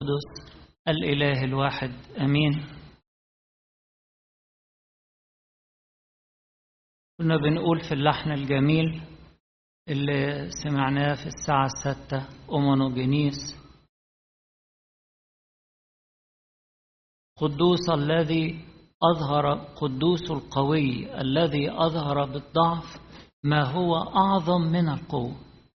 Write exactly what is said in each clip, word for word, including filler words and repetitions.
القدس الإله الواحد أمين. كنا بنقول في اللحن الجميل اللي سمعناه في الساعة الستة أومونوجينيس: قدوس الذي أظهر قدوس القوي الذي أظهر بالضعف ما هو أعظم من القوة.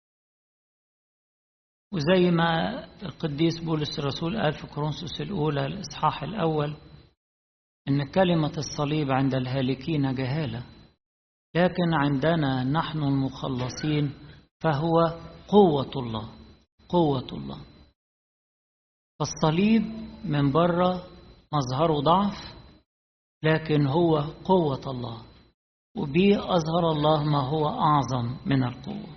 وزي ما القديس بولس الرسول قال في كورنثوس الأولى الإصحاح الأول إن كلمة الصليب عند الهالكين جهالة، لكن عندنا نحن المخلصين فهو قوة الله. قوة الله. فالصليب من بره مظهره ضعف، لكن هو قوة الله، وبيه أظهر الله ما هو أعظم من القوة.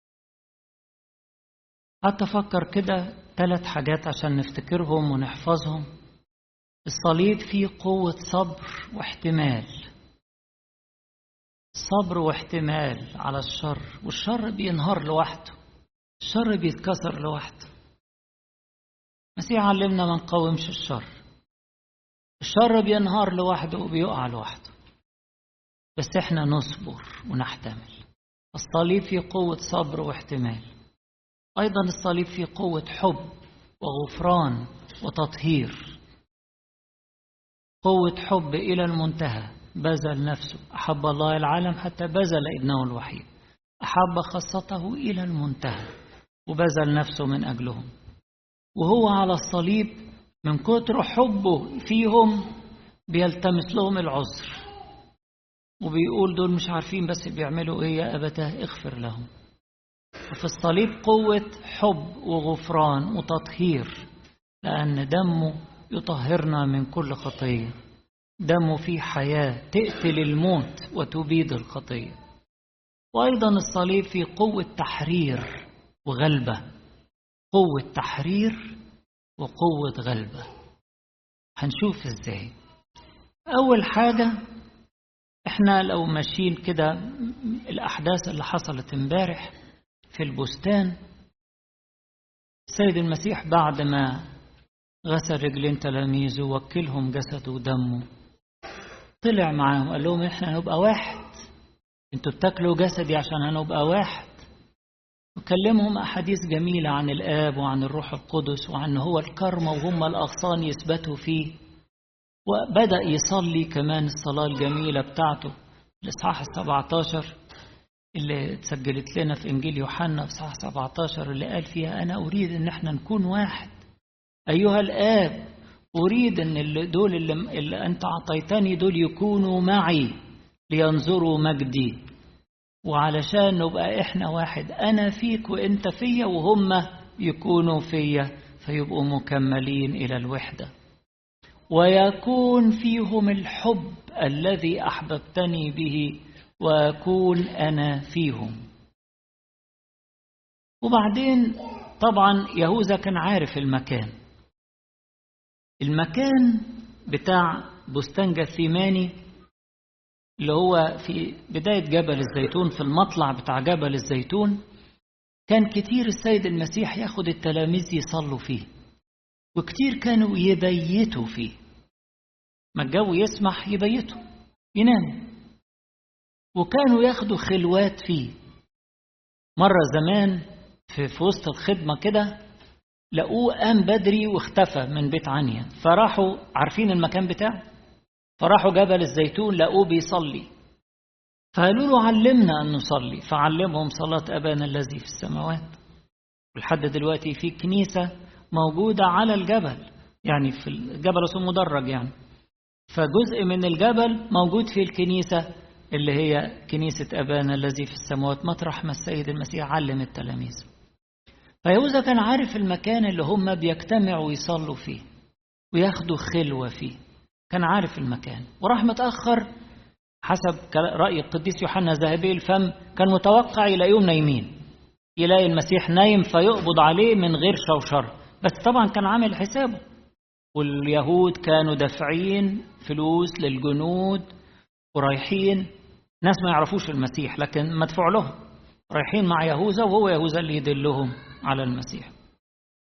حتى فكر كده ثلاث حاجات عشان نفتكرهم ونحفظهم. الصليب فيه قوة صبر واحتمال، صبر واحتمال على الشر، والشر بينهار لوحده، الشر بيتكسر لوحده. المسيح علمنا ما نقاومش الشر، الشر بينهار لوحده وبيقع لوحده، بس احنا نصبر ونحتمل. الصليب فيه قوة صبر واحتمال. أيضا الصليب فيه قوة حب وغفران وتطهير. قوة حب إلى المنتهى، بذل نفسه، أحب الله العالم حتى بذل ابنه الوحيد، أحب خاصته إلى المنتهى وبذل نفسه من أجلهم. وهو على الصليب من كتر حبه فيهم بيلتمس لهم العذر، وبيقول دول مش عارفين بس بيعملوا إيه، يا أبتاه اغفر لهم. وفي الصليب قوة حب وغفران وتطهير، لأن دمه يطهرنا من كل خطية، دمه فيه حياة تقتل الموت وتبيد الخطية. وأيضا الصليب فيه قوة تحرير وغلبة، قوة تحرير وقوة غلبة. هنشوف ازاي. أول حاجة، احنا لو ماشيين كده الأحداث اللي حصلت امبارح في البستان، السيد المسيح بعد ما غسل رجلين تلاميذه ووكلهم جسده ودمه، طلع معاهم قال لهم احنا هنبقى واحد، انتوا بتاكلوا جسدي عشان هنبقى واحد. وكلمهم أحاديث جميلة عن الآب وعن الروح القدس وعن هو الكرمة وهم الأغصان يثبتوا فيه. وبدأ يصلي كمان الصلاة الجميلة بتاعته الإصحاح السبعتاشر اللي اتسجلت لنا في إنجيل يوحنا في إصحاح سبعتاشر، اللي قال فيها أنا أريد إن احنا نكون واحد أيها الآب، أريد أن اللي دول اللي, اللي أنت أعطيتني دول يكونوا معي لينظروا مجدي، وعلشان نبقى إحنا واحد، أنا فيك وإنت فيا وهم يكونوا فيا، فيبقوا مكملين إلى الوحدة، ويكون فيهم الحب الذي أحببتني به وأكون أنا فيهم. وبعدين طبعا يهوذا كان عارف المكان المكان بتاع بستان جثيماني اللي هو في بداية جبل الزيتون، في المطلع بتاع جبل الزيتون. كان كتير السيد المسيح ياخد التلاميذ يصلوا فيه، وكتير كانوا يبيتوا فيه، ما الجو يسمح يبيتوا يناموا، وكانوا ياخدوا خلوات فيه. مرة زمان في, في وسط الخدمة كده لقوه قام بدري واختفى من بيت عنيا، فراحوا عارفين المكان بتاعه، فراحوا جبل الزيتون لقوه بيصلي، فقالوا له علمنا أن نصلي، فعلمهم صلاة أبانا الذي في السماوات. ولحد دلوقتي في كنيسة موجودة على الجبل، يعني في الجبل اسمه مدرج يعني، فجزء من الجبل موجود في الكنيسة اللي هي كنيسة أبانا الذي في السماوات، مطرح ما السيد المسيح علم التلاميذ. فيهوذا كان عارف المكان اللي هم بيجتمعوا ويصلوا فيه وياخدوا خلوة فيه، كان عارف المكان، وراح متأخر حسب رأي القديس يوحنا ذهبي الفم، كان متوقع يلاقيهم نايمين، يلاقي المسيح نايم فيقبض عليه من غير شوشرة، بس طبعا كان عامل حسابه. واليهود كانوا دافعين فلوس للجنود ورايحين، ناس ما يعرفوش المسيح لكن مدفوع لهم، رايحين مع يهوذا وهو يهوذا اللي يدلهم على المسيح.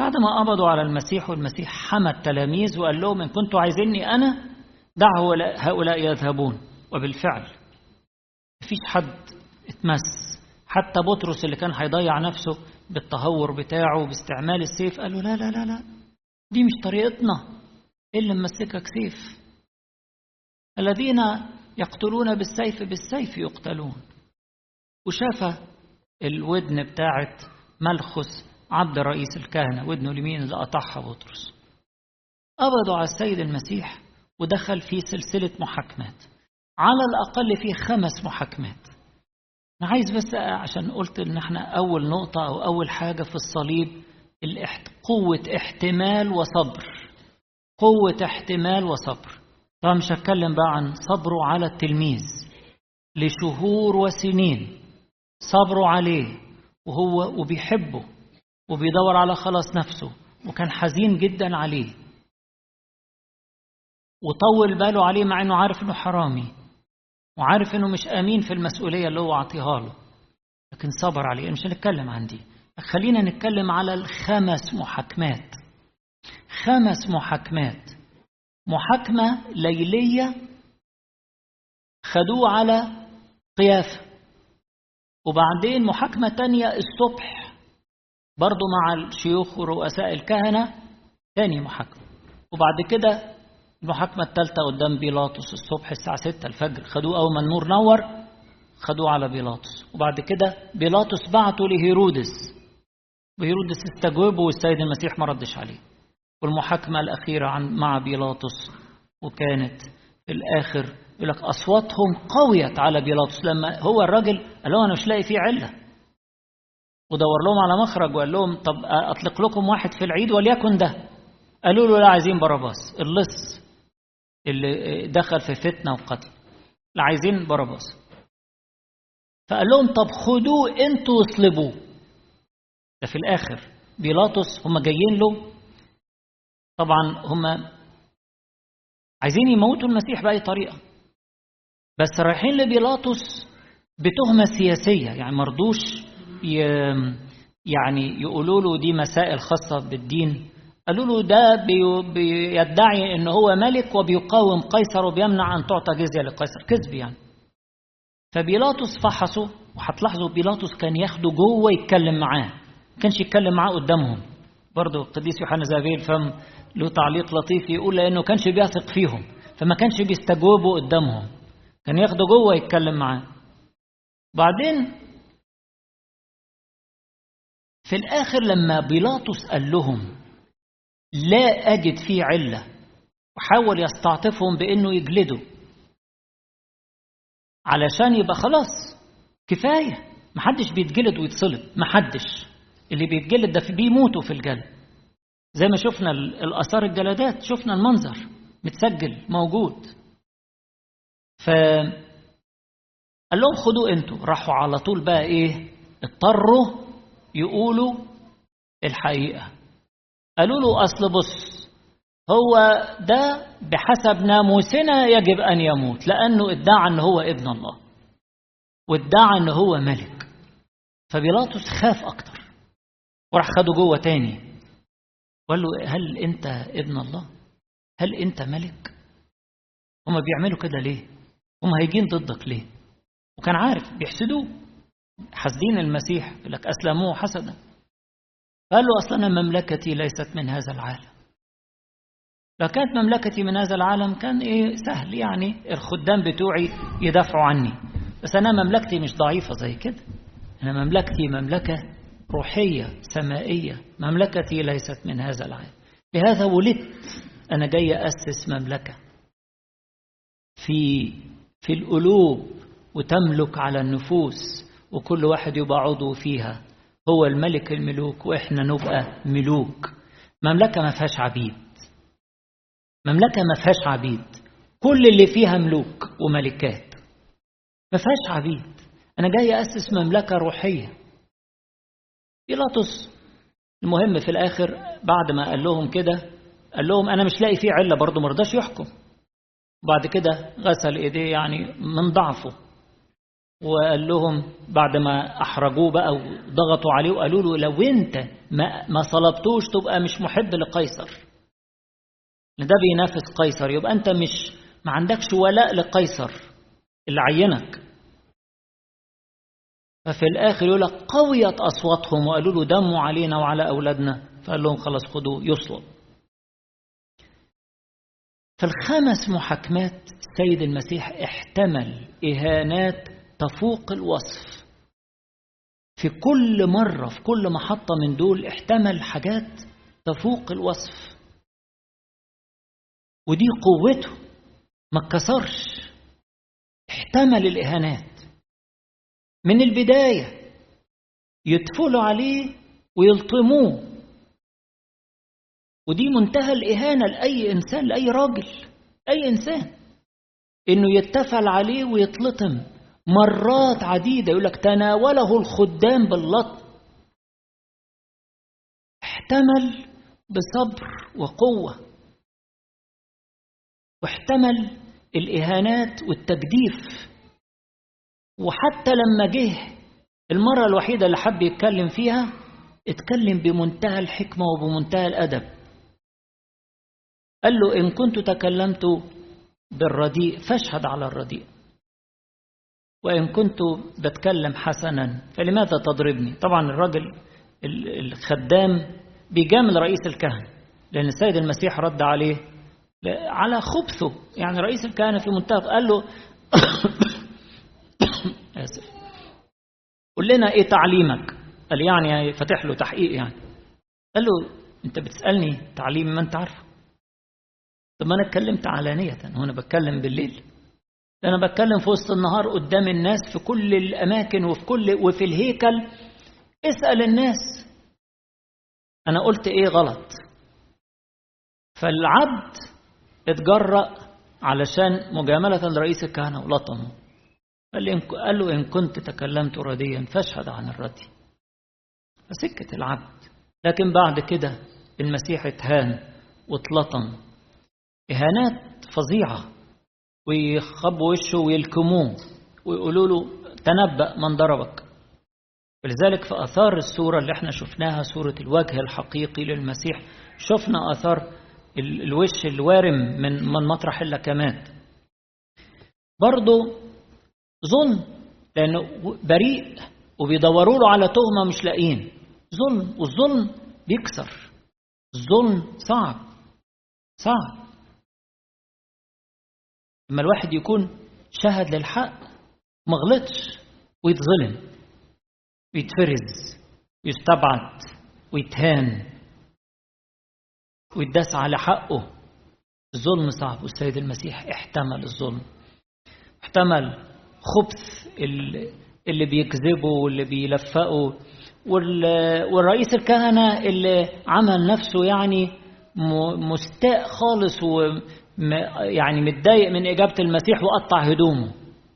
بعد ما قبضوا على المسيح والمسيح حمى التلاميذ وقال لهم إن كنتوا عايزيني أنا دعوا هؤلاء يذهبون. وبالفعل مفيش حد اتمس، حتى بطرس اللي كان هيضيع نفسه بالتهور بتاعه باستعمال السيف قال له لا لا لا لا دي مش طريقتنا، إيه اللي ممسكك سيف؟ الذين يقتلون بالسيف بالسيف يقتلون. وشاف الودن بتاعت ملخص عبد رئيس الكهنة، ودنه اليمين اللي قطعها بطرس. قبضوا على السيد المسيح ودخل في سلسلة محاكمات، على الأقل في خمس محاكمات. أنا عايز بس عشان قلت إن احنا أول نقطة أو أول حاجة في الصليب قوة احتمال وصبر، قوة احتمال وصبر. طبعا مش هتكلم بقى عن صبره على التلميذ لشهور وسنين، صبره عليه وهو وبيحبه وبيدور على خلاص نفسه وكان حزين جدا عليه وطول باله عليه مع انه عارف انه حرامي وعارف انه مش امين في المسؤولية اللي هو عطيها له، لكن صبر عليه. مش هنتكلم عن دي، خلينا نتكلم على الخمس محاكمات. خمس محاكمات، محاكمة ليلية خدوه على قيافة، وبعدين محاكمة تانية الصبح برضو مع الشيوخ ورؤساء الكهنة، تاني محاكمة، وبعد كده المحاكمة الثالثة قدام بيلاطس الصبح الساعة ستة الفجر. خدوه أول ما النور نور خدوه على بيلاطس، وبعد كده بيلاطس بعته لهيرودس، وهيرودس استجوبه والسيد المسيح ما ردش عليه. والمحاكمة الأخيرة عن مع بيلاطس، وكانت في الآخر يقول لك أصواتهم قويت على بيلاطس لما هو الراجل قال لهم أنا مش لاقي فيه علة، ودور لهم على مخرج وقال لهم طب أطلق لكم واحد في العيد وليكن ده. قالوا له لا عايزين باراباس اللص اللي دخل في فتنة وقتل، لا عايزين باراباس. فقال لهم طب خدوه انتوا واصلبوه. ده في الآخر بيلاطس هم جايين له، طبعا هم عايزين يموتوا المسيح بأي طريقة، بس رايحين لبيلاطس بتهمة سياسية، يعني مرضوش يعني يقولوا له دي مسائل خاصة بالدين. قالوا له ده بيدعي ان هو ملك وبيقاوم قيصر وبيمنع ان تعطى جزية لقيصر، كذب يعني. فبيلاطس فحصوا، وهتلاحظوا بيلاطس كان ياخده جوه يتكلم معاه، ما كانش يتكلم معاه قدامهم. برضو القديس يوحنا ذهبي الفم له تعليق لطيف يقول لانه كانش بيثق فيهم فما كانش بيستجوبوا قدامهم، كان ياخده جوه يتكلم معاه. بعدين في الاخر لما بيلاطس قال لهم لا اجد فيه عله، وحاول يستعطفهم بانه يجلدوا علشان يبقى خلاص كفايه، محدش بيتجلد ويتصلب، محدش. اللي بيتجلد ده بيموتوا في الجلد، زي ما شفنا الآثار الجلدات، شفنا المنظر متسجل موجود. فقال لهم خدوا انتوا. راحوا على طول بقى ايه، اضطروا يقولوا الحقيقة. قالوا له اصل بص هو ده بحسب ناموسنا يجب ان يموت، لانه ادعى ان هو ابن الله وادعى ان هو ملك. فبيلاطس خاف اكتر وراح خده جوه تاني وقال له هل انت ابن الله؟ هل انت ملك؟ هما بيعملوا كده ليه؟ هما هيجين ضدك ليه؟ وكان عارف بيحسدوه، حاسدين المسيح، يقول لك اسلموه حسدا. قال له اصلا مملكتي ليست من هذا العالم. لو كانت مملكتي من هذا العالم كان ايه سهل، يعني الخدام بتوعي يدافعوا عني، بس انا مملكتي مش ضعيفه زي كده، انا مملكتي مملكه روحيه سمائيه، مملكتي ليست من هذا العالم. لهذا ولدت انا جاي اسس مملكه في في القلوب وتملك على النفوس، وكل واحد يبقى عضو فيها، هو الملك الملوك واحنا نبقى ملوك. مملكه ما فيهاش عبيد، مملكه ما فيهاش عبيد، كل اللي فيها ملوك وملكات، ما فيهاش عبيد. انا جاي اسس مملكه روحيه. بيلاطس المهم في الاخر بعد ما قال لهم كده قال لهم انا مش لاقي فيه عله، برضه ما رضاش يحكم. بعد كده غسل ايديه يعني من ضعفه، وقال لهم بعد ما أحرجوه بقى وضغطوا عليه وقالوا له لو أنت ما, ما صلبتوش تبقى مش محب لقيصر، ده بينافس قيصر، يبقى أنت مش ما عندكش ولاء لقيصر اللي عينك. ففي الآخر يقول لك قويت أصواتهم وقالوا له دموا علينا وعلى أولادنا، فقال لهم خلاص خدوه يصلب. فالخمس محاكمات السيد المسيح احتمل إهانات تفوق الوصف، في كل مرة في كل محطة من دول احتمل حاجات تفوق الوصف، ودي قوته، ما اتكسرش، احتمل الإهانات من البداية، يدفلوا عليه ويلطموه، ودي منتهى الإهانة لأي إنسان، لأي راجل، أي إنسان، إنه يتفل عليه ويتلطم مرات عديدة. يقول لك تناوله الخدام باللطم. احتمل بصبر وقوة، واحتمل الإهانات والتجديف. وحتى لما جه المرة الوحيدة اللي حب يتكلم فيها اتكلم بمنتهى الحكمة وبمنتهى الأدب. قال له إن كنت تكلمت بالرديء فاشهد على الرديء، وإن كنت بتكلم حسنا فلماذا تضربني؟ طبعا الراجل الخدام بيجامل رئيس الكهنة، لأن السيد المسيح رد عليه على خبثه. يعني رئيس الكهنة في منتهى، قال له آسف، قل لنا إيه تعليمك؟ قال يعني فتح له تحقيق يعني. قال له أنت بتسألني تعليم ما أنت عارفه؟ طب ما أنا اتكلمت علانية، وأنا بتكلم بالليل، أنا بتكلم في وسط النهار قدام الناس في كل الأماكن وفي كل وفي الهيكل. اسأل الناس أنا قلت إيه غلط. فالعبد اتجرأ علشان مجاملة لرئيس الكهنة ولطمه. قال له إن كنت تكلمت رديا فاشهد عن الردي. فسكت العبد. لكن بعد كده المسيح اتهان واتلطم إهانات فظيعة، ويخبوا وشه ويلكموه ويقولوا له تنبأ من ضربك. ولذلك في آثار الصورة اللي احنا شفناها، صورة الوجه الحقيقي للمسيح، شفنا آثار الوش الوارم من من مطرح اللكمات. برضه ظلم، لأنه بريء وبيدوروا له على تهمة مش لاقين. ظلم، والظلم بيكسر. الظلم صعب صعب. لما الواحد يكون شهد للحق ما غلطش ويتظلم ويتفرز ويستبعد ويتهان ويداس على حقه، الظلم صعب. والسيد المسيح احتمل الظلم، احتمل خبث اللي بيكذبوا واللي بيلفقوا، والرئيس الكهنة اللي عمل نفسه يعني مستاء خالص ويعني متضايق من إجابة المسيح وقطع هدومه.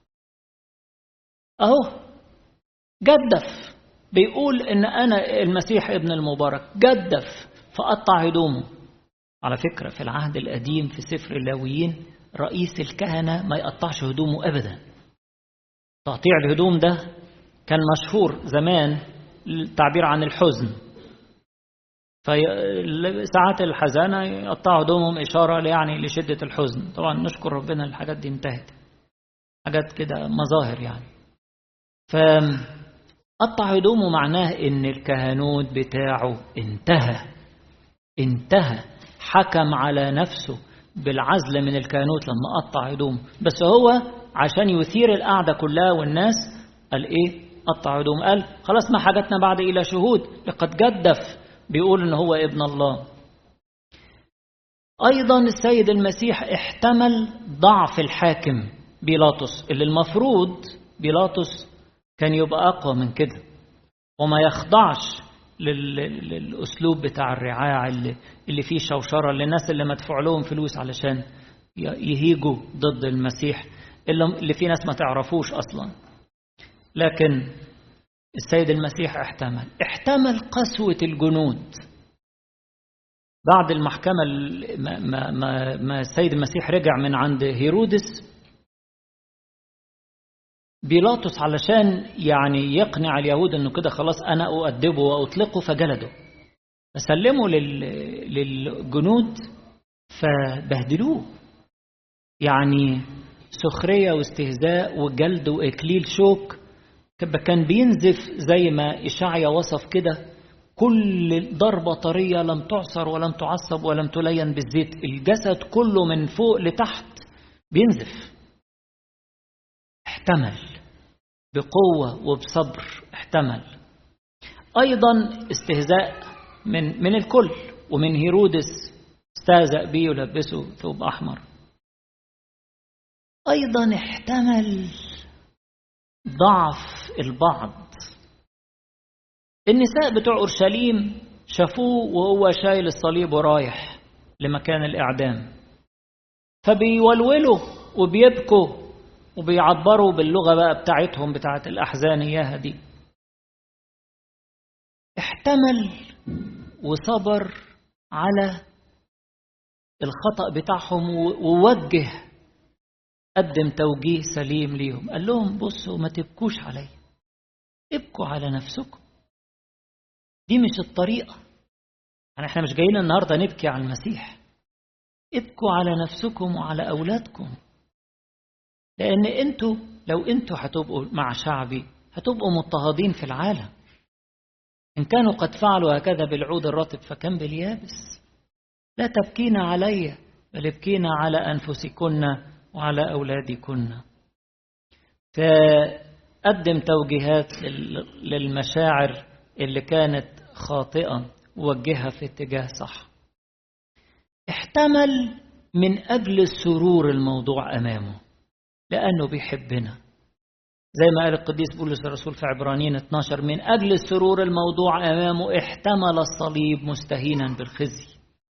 أهو جدف، بيقول إن أنا المسيح ابن المبارك، جدف فقطع هدومه. على فكرة في العهد القديم في سفر اللاويين رئيس الكهنة ما يقطعش هدومه أبدا. تقطيع الهدوم ده كان مشهور زمان التعبير عن الحزن، فساعات الحزانة يقطعوا هدومهم إشارة يعني لشدة الحزن. طبعا نشكر ربنا الحاجات دي انتهت، حاجات كده مظاهر يعني. فقطع هدومه معناه إن الكهنوت بتاعه انتهى انتهى حكم على نفسه بالعزل من الكهنوت لما قطع هدومه. بس هو عشان يثير القعدة كلها والناس قال إيه؟ قطع هدوم. قال خلاص ما حاجتنا بعد إلى شهود، لقد جدف بيقول إن هو ابن الله. أيضا السيد المسيح احتمل ضعف الحاكم بيلاطس، اللي المفروض بيلاطس كان يبقى أقوى من كده وما يخضعش للأسلوب بتاع الرعاع اللي, اللي فيه شوشرة للناس اللي مدفوع لهم فلوس علشان يهيجوا ضد المسيح، اللي فيه ناس ما تعرفوش أصلا. لكن السيد المسيح احتمل احتمل قسوة الجنود. بعد المحكمة ما, ما, ما, ما السيد المسيح رجع من عند هيرودس، بيلاطس علشان يعني يقنع اليهود انه كده خلاص انا اؤدبه واطلقه فجلده، فسلموا لل... للجنود فبهدلوه، يعني سخرية واستهزاء وجلد وإكليل شوك. كان بينزف زي ما إشعيا وصف كده، كل ضربة طرية لم تعصر ولم تعصب ولم تلين بالزيت، الجسد كله من فوق لتحت بينزف. احتمل بقوة وبصبر، احتمل. أيضا استهزاء من من الكل، ومن هيرودس استهزأ بيه ولبسه ثوب أحمر. أيضا احتمل ضعف البعض. النساء بتوع أورشليم شافوه وهو شايل الصليب ورايح لمكان الإعدام، فبيولولوا وبيبكوا وبيعبروا باللغة بقى بتاعتهم بتاعت الأحزان إياها دي. احتمل وصبر على الخطأ بتاعهم ووجه، قدم توجيه سليم ليهم، قال لهم بصوا ما تبكوش علي، ابكوا على نفسكم، دي مش الطريقة. يعني احنا مش جايين النهاردة نبكي على المسيح، ابكوا على نفسكم وعلى أولادكم، لأن انتوا لو انتوا هتبقوا مع شعبي هتبقوا مضطهدين في العالم. إن كانوا قد فعلوا هكذا بالعود الرطب فكم باليابس. لا تبكين علي بل ابكينا على أنفسكن وعلى أولادكن. فقدم توجيهات للمشاعر اللي كانت خاطئة ووجهها في اتجاه صح. احتمل من أجل السرور الموضوع أمامه، لأنه بيحبنا، زي ما قال القديس بولس الرسول في عبرانيين اثناشر، من أجل السرور الموضوع أمامه احتمل الصليب مستهينا بالخزي،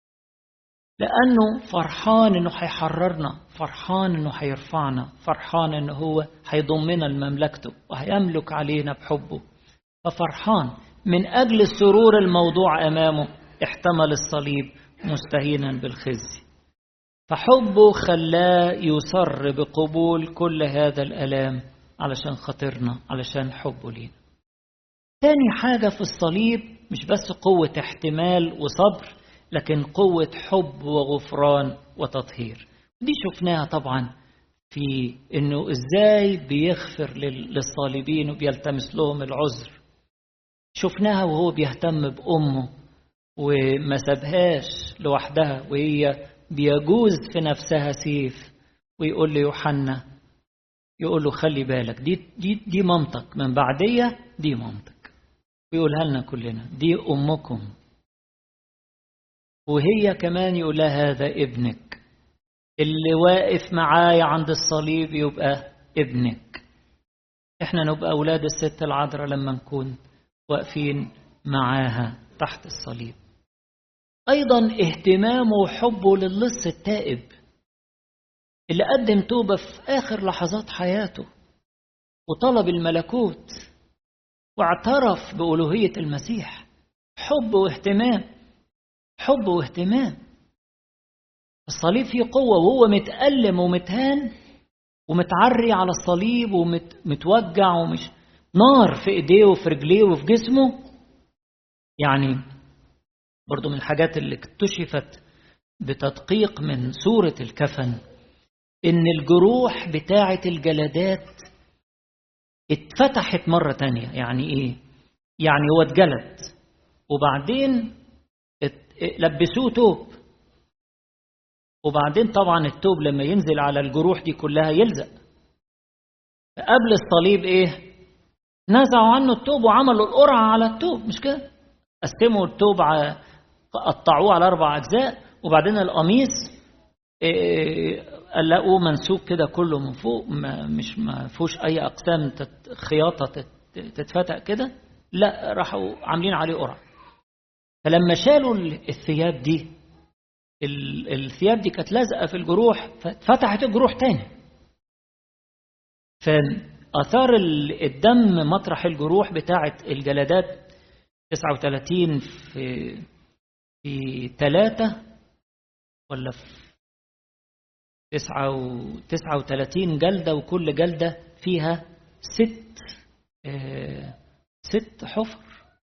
لأنه فرحان أنه هيحررنا، فرحان أنه هيرفعنا، فرحان أنه هو هيضمنا لمملكته وهيملك علينا بحبه. ففرحان من أجل السرور الموضوع أمامه احتمل الصليب مستهينا بالخزي. فحبه خلاه يصر بقبول كل هذا الألام علشان خاطرنا، علشان حبه لينا. تاني حاجة في الصليب مش بس قوة احتمال وصبر، لكن قوة حب وغفران وتطهير. دي شفناها طبعا في انه ازاي بيغفر للصالبين وبيلتمس لهم العذر. شفناها وهو بيهتم بأمه وما سابهاش لوحدها وهي بيجوز في نفسها سيف، ويقول له يوحنا، يقول له خلي بالك دي دي دي مامتك من بعديه، دي مامتك، ويقولها لنا كلنا دي امكم، وهي كمان يقول لها هذا ابنك اللي واقف معايا عند الصليب يبقى ابنك. احنا نبقى اولاد الست العذراء لما نكون واقفين معاها تحت الصليب. ايضا اهتمامه وحبه للص التائب اللي قدم توبة في آخر لحظات حياته وطلب الملكوت واعترف بألوهية المسيح. حب واهتمام، حب واهتمام. الصليب فيه قوة، وهو متألم ومتهان ومتعري على الصليب ومتوجع ومش نار في ايديه وفي رجليه وفي جسمه. يعني برضو من الحاجات اللي اكتشفت بتدقيق من صورة الكفن إن الجروح بتاعة الجلدات اتفتحت مرة تانية. يعني إيه؟ يعني هو اتجلد وبعدين لبسوه توب، وبعدين طبعا التوب لما ينزل على الجروح دي كلها يلزق. قبل الصليب إيه؟ نزعوا عنه التوب وعملوا القرعة على التوب، مش كده؟ قسموا التوب، قطعوه على أربع أجزاء، وبعدين القميص إيه لقوه منسوب كده كله من فوق، ما مش ما فيهوش اي اقسام خياطه تتفتق كده، لا راحوا عاملين عليه قرعه. فلما شالوا الثياب دي، الثياب دي كانت لازقه في الجروح ففتحت الجروح تاني، فاثار الدم مطرح الجروح بتاعه الجلدات تسعة وثلاثين في في ثلاثة ولا في تسعة وثلاثين جلدة، وكل جلدة فيها ست آه ست حفر،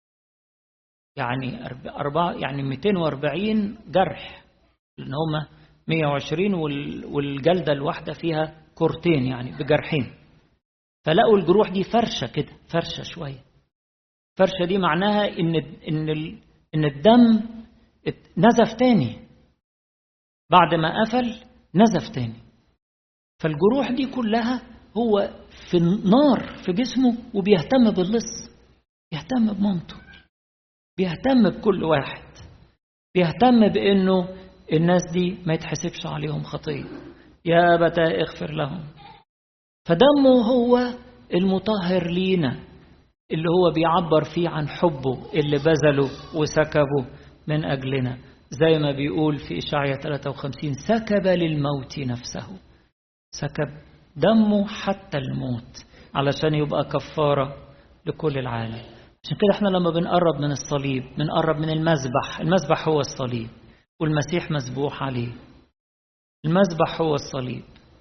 يعني أربعة يعني مئتين وأربعين جرح، لأن هما مئة وعشرين والجلدة الواحدة فيها كورتين يعني بجرحين. فلقوا الجروح دي فرشة كده، فرشة شوية. فرشة دي معناها إن إن إن الدم نزف تاني، بعد ما قفل نزف تاني. فالجروح دي كلها هو في النار في جسمه، وبيهتم باللص، بيهتم بمامته، بيهتم بكل واحد، بيهتم بأنه الناس دي ما يتحسبش عليهم خطية، يا أبتاه اغفر لهم. فدمه هو المطهر لينا، اللي هو بيعبر فيه عن حبه اللي بذله وسكبه من أجلنا، زي ما بيقول في إشعياء ثلاثة وخمسين: سكب للموت نفسه، سكب دمه حتى الموت علشان يبقى كفارة لكل العالم. عشان كده احنا لما بنقرب من الصليب بنقرب من المذبح. المذبح هو الصليب، والمسيح مذبوح عليه. المذبح هو الصليب.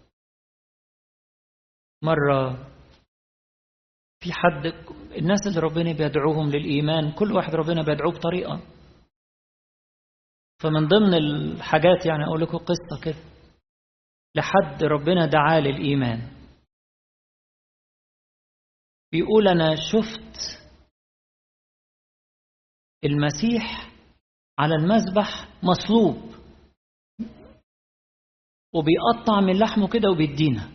مرة في حد، الناس اللي ربنا بيدعوهم للإيمان، كل واحد ربنا بيدعوه بطريقة. فمن ضمن الحاجات يعني أقول لكم قصة كده لحد ربنا دعاه للإيمان. بيقول: أنا شفت المسيح على المذبح مصلوب، وبيقطع من لحمه كده وبيدينا،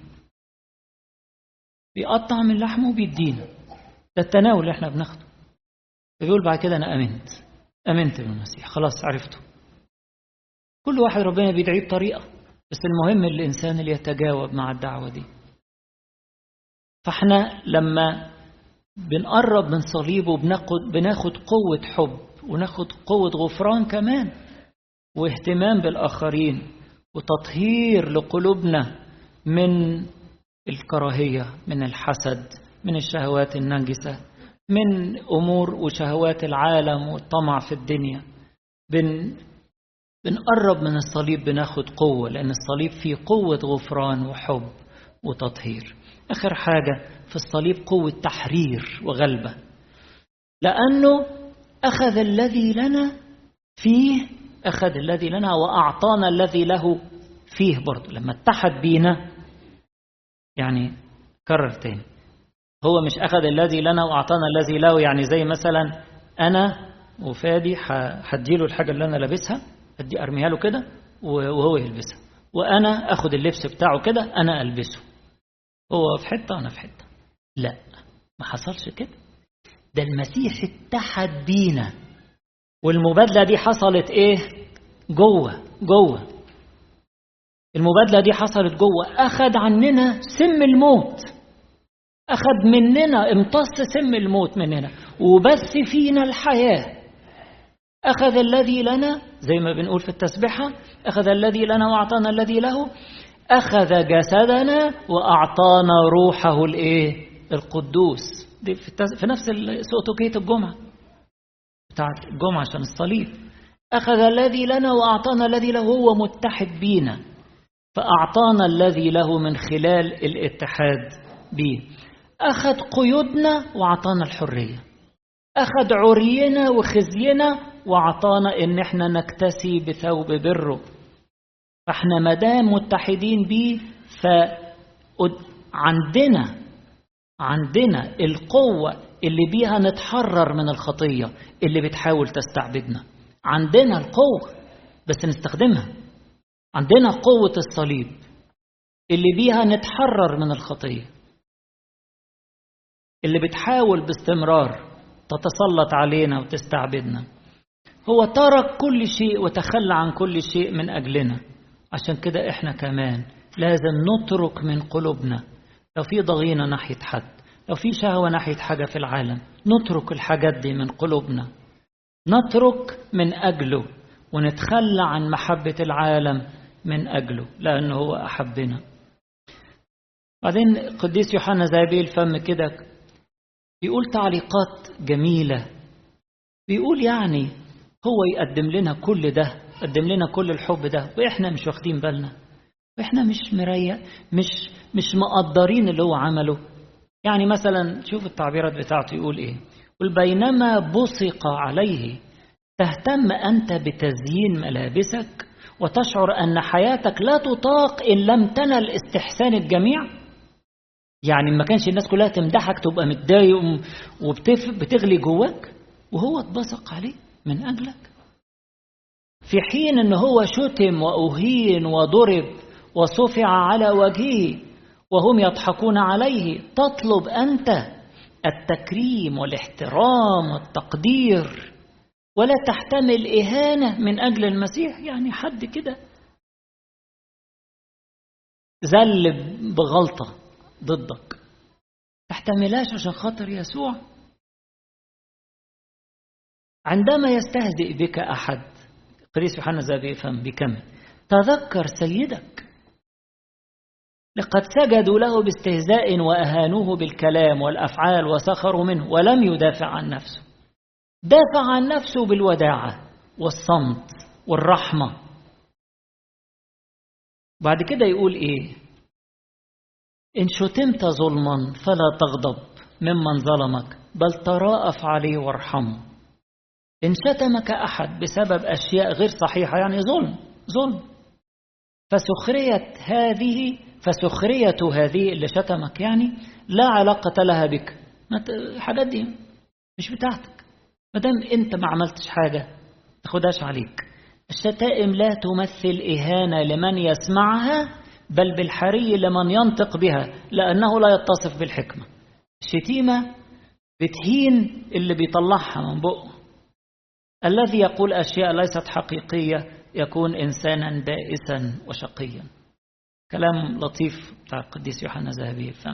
بيقطع من لحمه وبيدينا. ده التناول اللي احنا بناخده. بيقول بعد كده: أنا أمنت أمنت بالمسيح، خلاص عرفته. كل واحد ربنا بيدعيه بطريقة، بس المهم الإنسان اللي يتجاوب مع الدعوة دي. فاحنا لما بنقرب من صليبه بناخد بناخد قوة حب، وناخد قوة غفران كمان، واهتمام بالآخرين، وتطهير لقلوبنا من الكراهية، من الحسد، من الشهوات النجسة، من أمور وشهوات العالم والطمع في الدنيا. بن بنقرب من الصليب بناخد قوة، لأن الصليب فيه قوة غفران وحب وتطهير. آخر حاجة في الصليب قوة تحرير وغلبة، لأنه أخذ الذي لنا فيه، أخذ الذي لنا وأعطانا الذي له فيه برضو. لما اتحد بينا، يعني كرر تاني، هو مش أخذ الذي لنا وأعطانا الذي له، يعني زي مثلا أنا وفادي هديله الحاجة اللي أنا لابسها، أدي أرميها له كده وهو يلبسها، وأنا أخذ اللبس بتاعه كده أنا ألبسه، هو في حتة أنا في حتة. لا، ما حصلش كده. ده المسيح اتحد بينا، والمبادلة دي حصلت إيه؟ جوه جوه المبادلة دي حصلت جوه. أخذ عننا سم الموت، أخذ مننا، امتص سم الموت مننا، وبث فينا الحياة. أخذ الذي لنا، زي ما بنقول في التسبيحة: أخذ الذي لنا وأعطانا الذي له. أخذ جسدنا وأعطانا روحه الإيه؟ القدوس. دي في, التس... في نفس سؤتوكية الجمعة بتاعت الجمعة عشان الصليب. أخذ الذي لنا وأعطانا الذي له، هو متحد بينا، فأعطانا الذي له من خلال الاتحاد به. أخذ قيودنا وأعطانا الحرية، أخذ عرينا وخزينا وأعطانا إن احنا نكتسي بثوب بره. فاحنا مدام متحدين به، فعندنا عندنا القوة اللي بيها نتحرر من الخطية اللي بتحاول تستعبدنا. عندنا القوة بس نستخدمها. عندنا قوة الصليب اللي بيها نتحرر من الخطية اللي بتحاول باستمرار تتسلط علينا وتستعبدنا. هو ترك كل شيء وتخلى عن كل شيء من أجلنا. عشان كده إحنا كمان لازم نترك من قلوبنا، لو في ضغينة ناحية حد، لو في شهوة ناحية حاجة في العالم، نترك الحاجات دي من قلوبنا، نترك من أجله، ونتخلى عن محبة العالم من أجله، لأنه هو أحبنا. بعدين قديس يوحنا ذهبي الفم كده بيقول تعليقات جميلة. بيقول يعني هو يقدم لنا كل ده، قدم لنا كل الحب ده، وإحنا مش واخدين بالنا، وإحنا مش مريا مش مش مقدرين اللي هو عمله. يعني مثلا شوف التعبيرات بتاعته يقول إيه، يقول بينما بصق عليه تهتم أنت بتزيين ملابسك وتشعر أن حياتك لا تطاق إن لم تنل استحسان الجميع. يعني ما كانش الناس كلها تمدحك تبقى متضايق وبتغلي جواك، وهو اتبصق عليه من أجلك، في حين أنه هو شتم وأهين وضرب وصفع على وجهه وهم يضحكون عليه. تطلب أنت التكريم والاحترام والتقدير ولا تحتمل إهانة من أجل المسيح. يعني حد كده زل بغلطة ضدك تحتملاش عشان خاطر يسوع. عندما يستهزئ بك أحد، قديس يوحنا ذا بيفهم بكم، تذكر سيدك، لقد سجدوا له باستهزاء وأهانوه بالكلام والأفعال وسخروا منه ولم يدافع عن نفسه. دافع عن نفسه بالوداعة والصمت والرحمة. بعد كده يقول إيه؟ إن شتمت ظلما فلا تغضب ممن ظلمك بل تراءف عليه وارحمه. إن شتمك أحد بسبب أشياء غير صحيحة، يعني ظلم ظلم فسخرية هذه فسخرية هذه اللي شتمك يعني لا علاقة لها بك. الحاجات دي مش بتاعتك، ما دام أنت ما عملتش حاجة تاخدهاش عليك. الشتائم لا تمثل إهانة لمن يسمعها بل بالحري لمن ينطق بها، لأنه لا يتصف بالحكمة. الشتيمة بتهين اللي بيطلعها من بقه. الذي يقول أشياء ليست حقيقية يكون إنسانا بائسا وشقيا. كلام لطيف بتاع القديس يوحنا ذهبي الفم.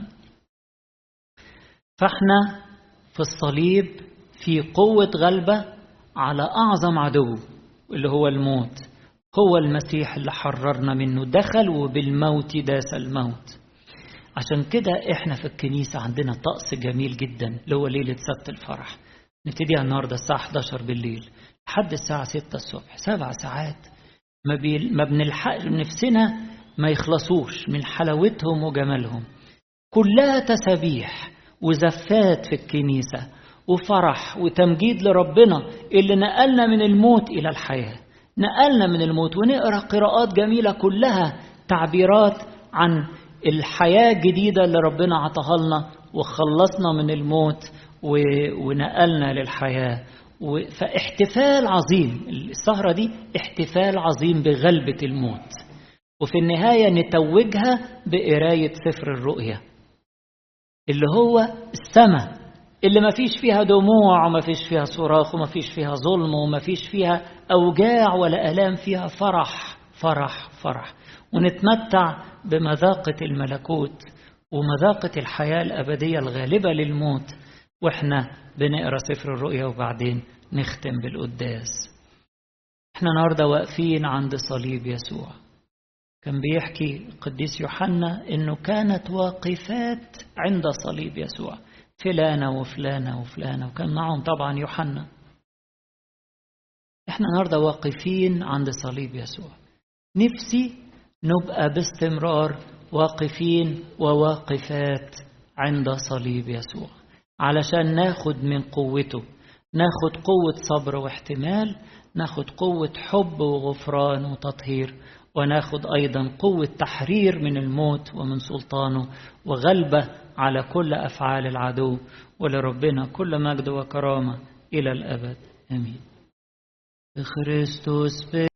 فاحنا في الصليب في قوة غلبة على أعظم عدو اللي هو الموت. هو المسيح اللي حررنا منه، دخل وبالموت داس الموت. عشان كده احنا في الكنيسة عندنا طقس جميل جدا اللي هو ليلة سبت الفرح. نبتديها النهاردة الساعة إحدى عشر بالليل لحد الساعة ستة الصبح، سبع ساعات ما, بي... ما بنلحق نفسنا ما يخلصوش من حلاوتهم وجمالهم. كلها تسابيح وزفات في الكنيسة وفرح وتمجيد لربنا اللي نقلنا من الموت إلى الحياة. نقلنا من الموت ونقرأ قراءات جميلة كلها تعبيرات عن الحياة الجديدة اللي ربنا عطاها لنا وخلصنا من الموت ونقلنا للحياة. فاحتفال عظيم، السهرة دي احتفال عظيم بغلبة الموت، وفي النهاية نتوجها بقراية سفر الرؤيا اللي هو السماء اللي ما فيش فيها دموع وما فيش فيها صراخ وما فيش فيها ظلم وما فيش فيها أوجاع ولا ألام، فيها فرح فرح فرح، ونتمتع بمذاقة الملكوت ومذاقة الحياة الأبدية الغالبة للموت وإحنا بنقرأ سفر الرؤيا وبعدين نختم بالقداس. إحنا النهاردة واقفين عند صليب يسوع. كان بيحكي القديس يوحنا إنه كانت واقفات عند صليب يسوع فلانة وفلانة وفلانة، وكان معهم طبعا يوحنا. إحنا النهاردة واقفين عند صليب يسوع. نفسي نبقى باستمرار واقفين وواقفات عند صليب يسوع علشان ناخد من قوته، ناخد قوة صبر واحتمال، ناخد قوة حب وغفران وتطهير، وناخد أيضا قوة تحرير من الموت ومن سلطانه وغلبة على كل أفعال العدو. ولربنا كل مجد وكرامة إلى الأبد آمين.